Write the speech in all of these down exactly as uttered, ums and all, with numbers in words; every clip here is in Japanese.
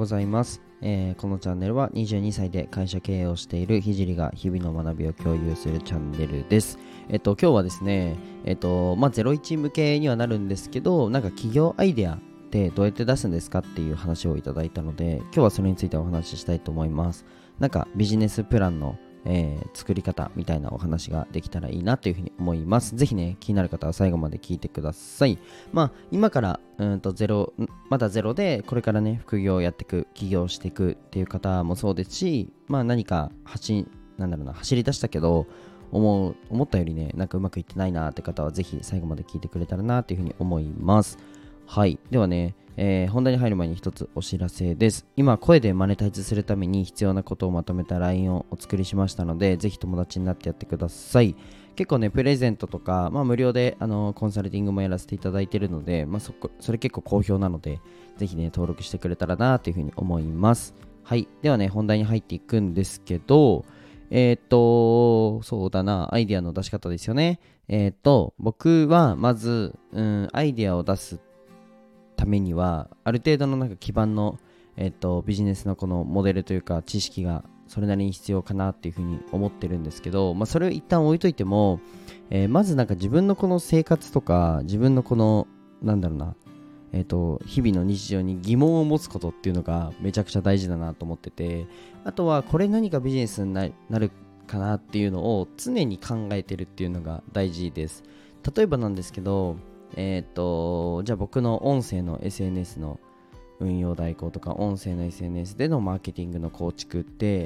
ございます、えー、このチャンネルはにじゅうにさいで会社経営をしているひじりが日々の学びを共有するチャンネルです。えっと今日はですねえっとまあゼロイチ向けにはなるんですけど、なんか企業アイデアってどうやって出すんですかっていう話をいただいたので、今日はそれについてお話ししたいと思います。なんかビジネスプランのえー、作り方みたいなお話ができたらいいなというふうに思います。ぜひね、気になる方は最後まで聞いてください。まあ、今からうんとゼロ、まだゼロでこれからね、副業をやっていく、起業していくっていう方もそうですし、まあ何か走、なんだろうな、走り出したけど、思う、思ったよりね、なんかうまくいってないなって方はぜひ最後まで聞いてくれたらなというふうに思います。はい。ではね、えー、本題に入る前に一つお知らせです。今、声でマネタイズするために必要なことをまとめた ライン をお作りしましたので、ぜひ友達になってやってください。結構ね、プレゼントとか、まあ、無料であのコンサルティングもやらせていただいているので、まあ、そこ、それ結構好評なので、ぜひね、登録してくれたらなというふうに思います。はい。ではね、本題に入っていくんですけど、えー、っと、そうだな、アイディアの出し方ですよね。えー、っと、僕はまず、うん、アイディアを出すためにはある程度のなんか基盤の、えっと、ビジネスのこのモデルというか知識がそれなりに必要かなっていうふうに思ってるんですけど、まあ、それを一旦置いといても、えー、まずなんか自分のこの生活とか自分のこのなんだろうな、えっと、日々の日常に疑問を持つことっていうのがめちゃくちゃ大事だなと思ってて、あとはこれ何かビジネスになるかなっていうのを常に考えてるっていうのが大事です。例えばなんですけど、えっと、じゃあ僕の音声の エスエヌエス の運用代行とか音声の エスエヌエス でのマーケティングの構築って、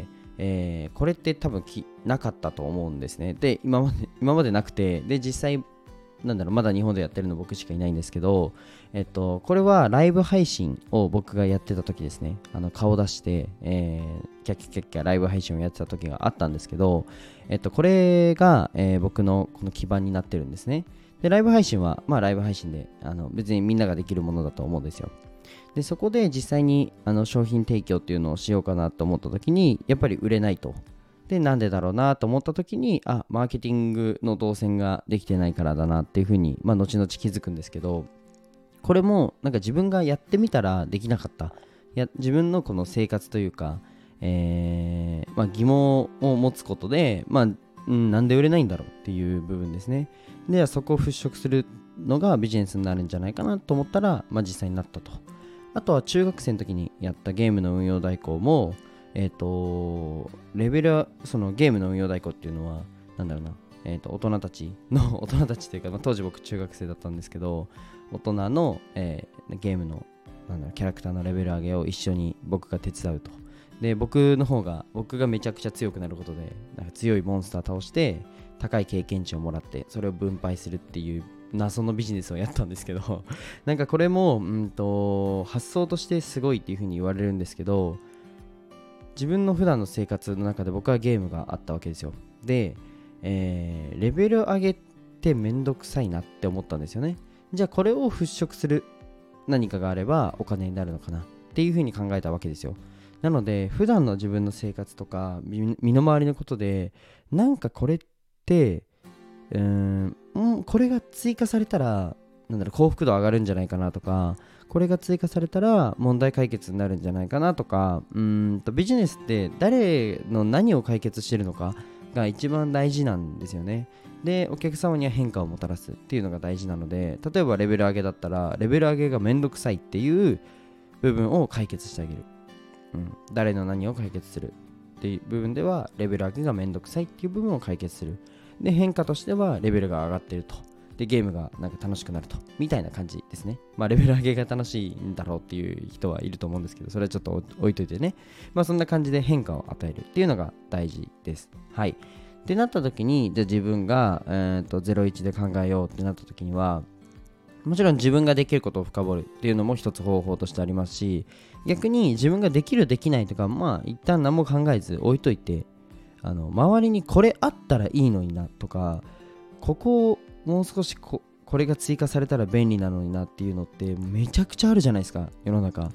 えー、これって多分きなかったと思うんですね。で、今まで、今までなくて、で、実際、なんだろう、まだ日本でやってるの僕しかいないんですけど、えっと、これはライブ配信を僕がやってた時ですね。あの、顔出して、えー、キャッキャキャッキャライブ配信をやってた時があったんですけど、えっと、これが、えー、僕のこの基盤になってるんですね。で、ライブ配信は、まあライブ配信で、あの別にみんなができるものだと思うんですよ。で、そこで実際にあの商品提供っていうのをしようかなと思った時に、やっぱり売れないと。で、なんでだろうなと思った時に、あ、マーケティングの動線ができてないからだなっていうふうに、まあ後々気づくんですけど、これもなんか自分がやってみたらできなかった。や自分のこの生活というか、えーまあ、疑問を持つことで、まあ、うん、なんで売れないんだろうっていう部分ですね。ではそこを払拭するのがビジネスになるんじゃないかなと思ったら、まあ、実際になったと。あとは中学生の時にやったゲームの運用代行も、えっ、ー、とレベルはそのゲームの運用代行っていうのはなんだろうな、えー、と大人たちの大人たちというか、まあ、当時僕中学生だったんですけど、大人の、えー、ゲームのなんだろうキャラクターのレベル上げを一緒に僕が手伝うと。で、僕の方が僕がめちゃくちゃ強くなることで、なんか強いモンスター倒して高い経験値をもらってそれを分配するっていう謎のビジネスをやったんですけどなんかこれもうんと発想としてすごいっていう風に言われるんですけど、自分の普段の生活の中で僕はゲームがあったわけですよ。で、えー、レベル上げってめんどくさいなって思ったんですよね。じゃあこれを払拭する何かがあればお金になるのかなっていう風に考えたわけですよ。なので普段の自分の生活とか身の回りのことで、なんかこれってうーんこれが追加されたらなんだろう幸福度上がるんじゃないかなとか、これが追加されたら問題解決になるんじゃないかなとか、うーんとビジネスって誰の何を解決してるのかが一番大事なんですよね。で、お客様には変化をもたらすっていうのが大事なので、例えばレベル上げだったらレベル上げがめんどくさいっていう部分を解決してあげる。うん、誰の何を解決するっていう部分ではレベル上げがめんどくさいっていう部分を解決する。で、変化としてはレベルが上がっていると。で、ゲームがなんか楽しくなるとみたいな感じですね。まあレベル上げが楽しいんだろうっていう人はいると思うんですけど、それはちょっと置いといてね。まあそんな感じで変化を与えるっていうのが大事です。はい。ってなった時に、じゃあ自分が、えー、とゼロイチで考えようってなった時には、もちろん自分ができることを深掘るっていうのも一つ方法としてありますし、逆に自分ができるできないとか、まあ一旦何も考えず置いといて、あの周りにこれあったらいいのになとか、ここをもう少し こ, これが追加されたら便利なのになっていうのってめちゃくちゃあるじゃないですか、世の中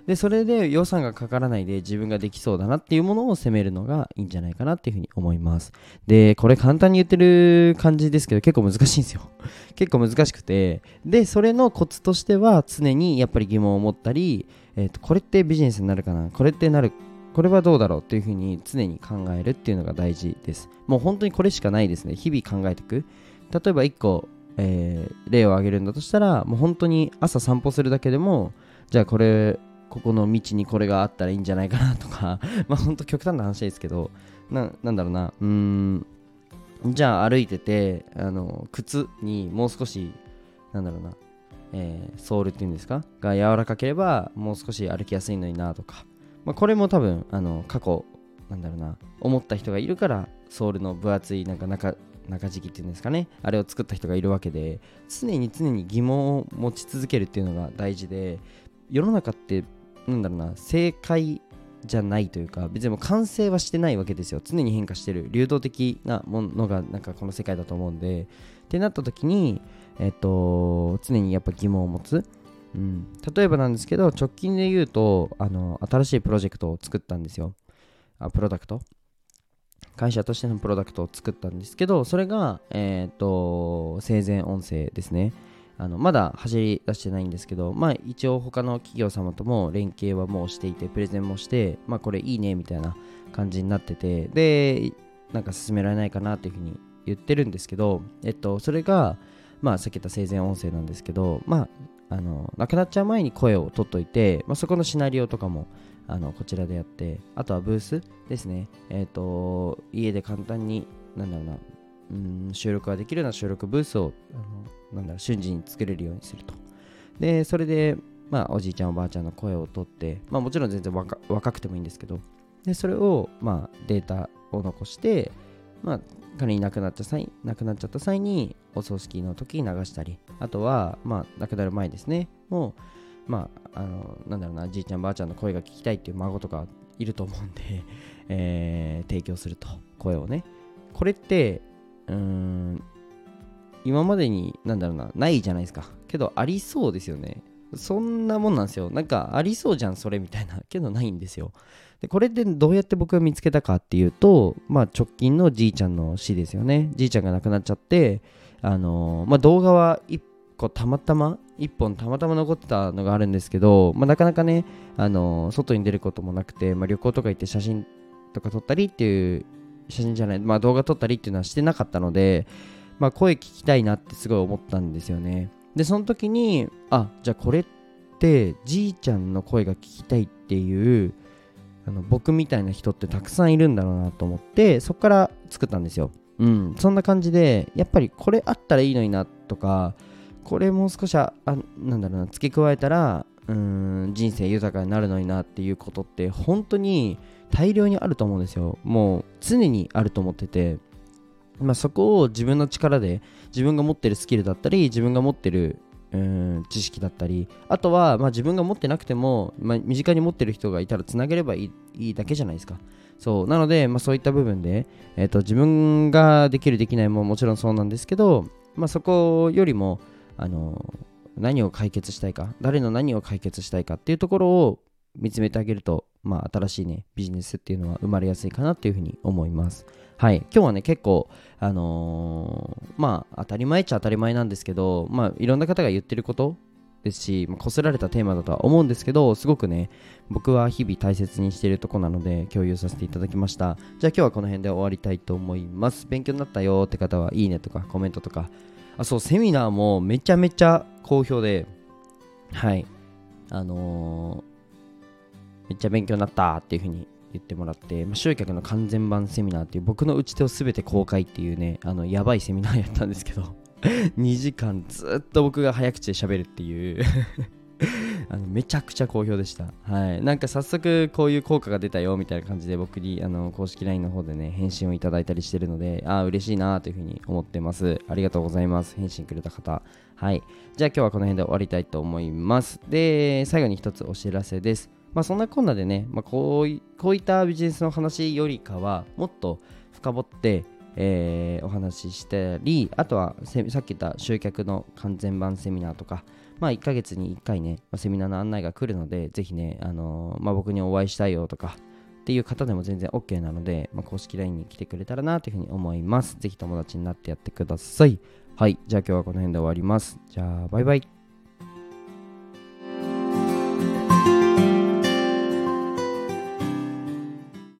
でそれで予算がかからないで自分ができそうだなっていうものを攻めるのがいいんじゃないかなっていうふうに思います。でこれ簡単に言ってる感じですけど結構難しいんですよ結構難しくて、でそれのコツとしては常にやっぱり疑問を持ったり、えーと、これってビジネスになるかな、これってなる、これはどうだろうっていうふうに常に考えるっていうのが大事です。もう本当にこれしかないですね。日々考えていく。例えばいっこ、えー、例を挙げるんだとしたら、もう本当に朝散歩するだけでも、じゃあこれここの道にこれがあったらいいんじゃないかなとかまあ本当極端な話ですけど、な、なんだろうな、うーんじゃあ歩いててあの靴にもう少しなんだろうな、えー、ソールっていうんですかが柔らかければもう少し歩きやすいのになとか、まあ、これも多分あの過去なんだろうな思った人がいるからソールの分厚いなんか中中敷きっていうんですかね、あれを作った人がいるわけで、常に常に疑問を持ち続けるっていうのが大事で、世の中ってなんだろうな正解じゃないというか別にもう完成はしてないわけですよ。常に変化してる流動的なものがなんかこの世界だと思うんで、ってなった時にえっと常にやっぱ疑問を持つ、うん、例えばなんですけど直近で言うとあの新しいプロジェクトを作ったんですよ。あプロダクト会社としてのプロダクトを作ったんですけど、それがえっと生前音声ですね。あのまだ走り出してないんですけど、まあ一応他の企業様とも連携はもうしていて、プレゼンもして、まあこれいいねみたいな感じになってて、で、なんか進められないかなっていうふうに言ってるんですけど、えっと、それが、まあさっき言った生前音声なんですけど、まあ、あの、亡くなっちゃう前に声を取っといて、まあそこのシナリオとかも、あの、こちらでやって、あとはブースですね。えっと、家で簡単に、なんだろうな、うん、収録ができるような収録ブースをあのなんだろう瞬時に作れるようにすると。でそれで、まあ、おじいちゃんおばあちゃんの声を取って、まあ、もちろん全然若、若くてもいいんですけど、でそれを、まあ、データを残して、まあ、仮に亡くなっちゃ際亡くなっちゃった際にお葬式の時に流したり、あとは、まあ、亡くなる前ですねもう、まあ、あのなんだろうなじいちゃんばあちゃんの声が聞きたいっていう孫とかいると思うんで、えー、提供すると声をね。これってうーん今までになんだろうなないじゃないですか。けどありそうですよね。そんなもんなんですよ。なんかありそうじゃんそれみたいなけどないんですよ。でこれでどうやって僕が見つけたかっていうと、まあ直近のじいちゃんの死ですよね。じいちゃんが亡くなっちゃって、あのー、まあ動画は一個たまたま一本たまたま残ってたのがあるんですけど、まあなかなかね、あのー、外に出ることもなくて、まあ旅行とか行って写真とか撮ったりっていう写真じゃない、まあ動画撮ったりっていうのはしてなかったので、まあ声聞きたいなってすごい思ったんですよね。で、その時に、あ、じゃあこれってじいちゃんの声が聞きたいっていうあの僕みたいな人ってたくさんいるんだろうなと思って、そこから作ったんですよ。うん、そんな感じで、やっぱりこれあったらいいのになとか、これもう少しあ、あなんだろうな、付け加えたら、うーん、人生豊かになるのになっていうことって本当に大量にあると思うんですよ。もう常にあると思ってて、まあ、そこを自分の力で自分が持ってるスキルだったり自分が持ってるうーん知識だったり、あとはまあ自分が持ってなくても、まあ、身近に持ってる人がいたらつなげればいい、いいだけじゃないですか。そうなので、まあ、そういった部分で、えーと、自分ができるできないももちろんそうなんですけど、まあ、そこよりもあの何を解決したいか、誰の何を解決したいかっていうところを見つめてあげると、まあ、新しいねビジネスっていうのは生まれやすいかなっていうふうに思います。はい、今日はね結構あのー、まあ当たり前っちゃ当たり前なんですけど、まあいろんな方が言ってることですし、まあ、こすられたテーマだとは思うんですけど、すごくね僕は日々大切にしているとこなので共有させていただきました。じゃあ今日はこの辺で終わりたいと思います。勉強になったよって方はいいねとかコメントとか、あそうセミナーもめちゃめちゃ好評で、はいあのー、めっちゃ勉強になったっていう風に言ってもらって、まあ、集客の完全版セミナーっていう僕の打ち手をすべて公開っていうね、あのやばいセミナーやったんですけどにじかんずっと僕が早口で喋るっていうあのめちゃくちゃ好評でした。はい、なんか早速こういう効果が出たよみたいな感じで僕にあの公式 ライン の方でね返信をいただいたりしてるので、ああ嬉しいなというふうに思ってます。ありがとうございます、返信くれた方。はい、じゃあ今日はこの辺で終わりたいと思います。で最後に一つお知らせです。まあそんなこんなでね、まあ、こうい、こういったビジネスの話よりかはもっと深掘って、えー、お話ししたり、あとはさっき言った集客の完全版セミナーとか、 まあいっかげつにいっかいね、まあ、セミナーの案内が来るので、ぜひね、あのーまあ、僕にお会いしたいよとかっていう方でも全然 OK なので、まあ、公式 ライン に来てくれたらなというふうに思います。ぜひ友達になってやってください。はい、じゃあ今日はこの辺で終わります。じゃあバイバイ。